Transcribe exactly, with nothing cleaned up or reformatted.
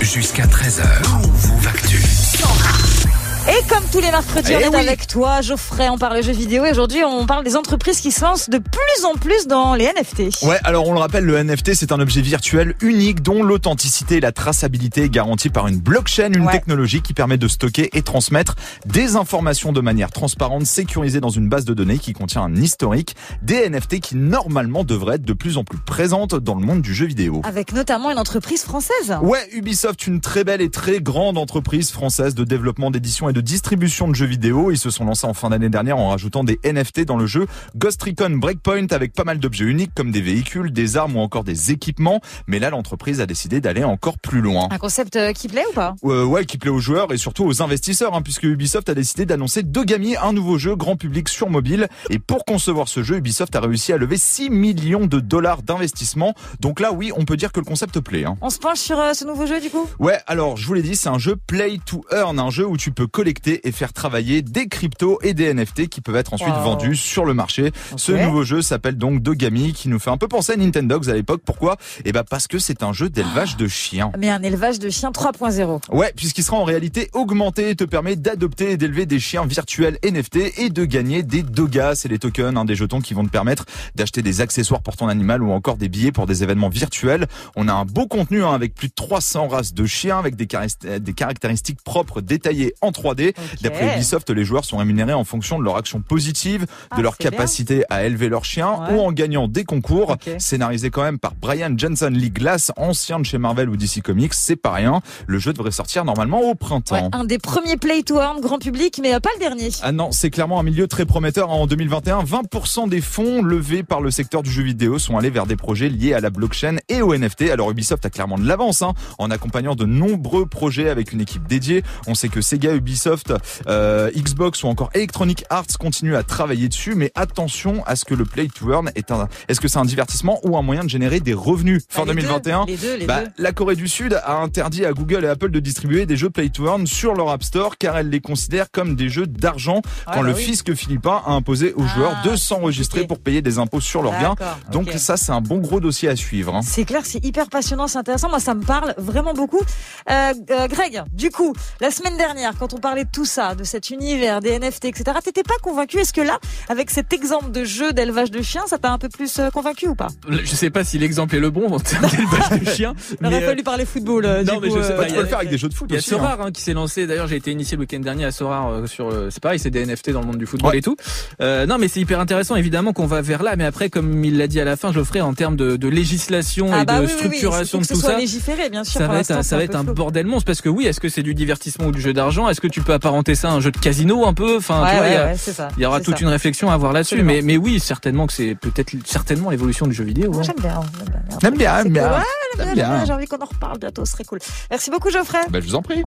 Jusqu'à treize heures, Move Actu. Et comme tous les mercredis, Eh on est oui. avec toi, Geoffrey, on parle jeux vidéo et aujourd'hui on parle des entreprises qui se lancent de plus en plus dans les N F T. Ouais, alors on le rappelle, le N F T c'est un objet virtuel unique dont l'authenticité et la traçabilité est garantie par une blockchain, une Ouais. technologie qui permet de stocker et transmettre des informations de manière transparente, sécurisée dans une base de données qui contient un historique, des N F T qui normalement devraient être de plus en plus présentes dans le monde du jeu vidéo. Avec notamment une entreprise française. Ouais, Ubisoft, une très belle et très grande entreprise française de développement, d'édition et de distribution de jeux vidéo. Ils se sont lancés en fin d'année dernière en rajoutant des N F T dans le jeu Ghost Recon Breakpoint avec pas mal d'objets uniques comme des véhicules, des armes ou encore des équipements. Mais là, l'entreprise a décidé d'aller encore plus loin. Un concept euh, qui plaît ou pas? Euh, ouais, qui plaît aux joueurs et surtout aux investisseurs, hein, puisque Ubisoft a décidé d'annoncer Dogami, un nouveau jeu grand public sur mobile. Et pour concevoir ce jeu, Ubisoft a réussi à lever six millions de dollars d'investissement. Donc là, oui, on peut dire que le concept plaît. Hein. On se penche sur euh, ce nouveau jeu du coup? Ouais, alors je vous l'ai dit, c'est un jeu Play to Earn, un jeu où tu peux collecter et faire travailler des cryptos et des N F T qui peuvent être ensuite Wow. vendus sur le marché. Ok. Ce nouveau jeu s'appelle donc Dogami, qui nous fait un peu penser à Nintendogs à l'époque. Pourquoi ? Eh ben parce que c'est un jeu d'élevage de chiens. Mais un élevage de chiens trois point zéro. Ouais, puisqu'il sera en réalité augmenté et te permet d'adopter et d'élever des chiens virtuels N F T et de gagner des dogas, c'est les tokens, hein, des jetons qui vont te permettre d'acheter des accessoires pour ton animal ou encore des billets pour des événements virtuels. On a un beau contenu hein, avec plus de trois cents races de chiens, avec des, caractér- des caractéristiques propres détaillées en trois D. Ok. D'après Ubisoft, les joueurs sont rémunérés en fonction de leur action positive, de Ah, leur c'est capacité à élever leurs chiens Ouais. ou en gagnant des concours. Ok. Scénarisé quand même par Brian Johnson Lee Glass, ancien de chez Marvel ou D C Comics, c'est pas rien. Le jeu devrait sortir normalement au printemps. Ouais, un des premiers play to earn grand public, mais euh, pas le dernier. Ah non, c'est clairement un milieu très prometteur. En deux mille vingt et un, vingt pour cent des fonds levés par le secteur du jeu vidéo sont allés vers des projets liés à la blockchain et au N F T. Alors Ubisoft a clairement de l'avance hein, en accompagnant de nombreux projets avec une équipe dédiée. On sait que Sega, Ubisoft, euh, Xbox ou encore Electronic Arts continuent à travailler dessus, mais attention à ce que le Play to Earn est un, est-ce que c'est un divertissement ou un moyen de générer des revenus? Fin Bah, les deux mille vingt et un, deux, les deux, les bah, deux. la Corée du Sud a interdit à Google et Apple de distribuer des jeux Play to Earn sur leur App Store car elle les considère comme des jeux d'argent Ah, quand bah le oui. fisc philippin a imposé aux Ah, joueurs de c'est s'enregistrer compliqué. pour payer des impôts sur leurs biens. D'accord, Donc ok. ça, c'est un bon gros dossier à suivre. Hein. C'est clair, c'est hyper passionnant, c'est intéressant. Moi, ça me parle vraiment beaucoup. Euh, euh, Greg, du coup, la semaine dernière, quand on parlait de tout ça, de cet univers, des N F T, et cetera, t'étais pas convaincu? Est-ce que là, avec cet exemple de jeu d'élevage de chiens, ça t'a un peu plus euh, convaincu ou pas? Je sais pas si l'exemple est le bon en termes d'élevage de chiens. Il aurait mais, euh, fallu parler football. euh, non, du mais coup, je sais euh, pas, Bah, tu il y peux a- le faire avec des jeux de foot Il y a aussi. hein. Sorare hein, qui s'est lancé. D'ailleurs, j'ai été initié le week-end dernier à Sorare euh, sur. euh, c'est pareil, c'est des N F T dans le monde du football Ouais. et tout. Euh, non, mais c'est hyper intéressant. Évidemment qu'on va vers là, mais après, comme il l'a dit à la fin, Geoffrey, en termes de, de législation Ah et bah de oui, oui, oui, structuration il faut de que tout ce soit ça. légiféré, bien sûr. Ça pour va être, l'instant, un, c'est ça va un être peu un flou. bordel monstre parce que oui, est-ce que c'est du divertissement ou du jeu d'argent? Est-ce que tu peux apparenter ça à un jeu de casino un peu? Enfin, Ouais, tu vois, il y ouais, a, ouais, c'est ça. il y aura c'est toute ça. une réflexion à avoir là-dessus. Absolument. Mais, mais oui, certainement que c'est peut-être certainement l'évolution du jeu vidéo. Moi, ouais. j'aime bien. J'aime bien. J'aime bien, C'est j'aime bien. cool. Ouais, J'aime j'aime bien, bien. J'ai envie qu'on en reparle bientôt, ce serait cool. Merci beaucoup, Geoffrey. Bah, je vous en prie.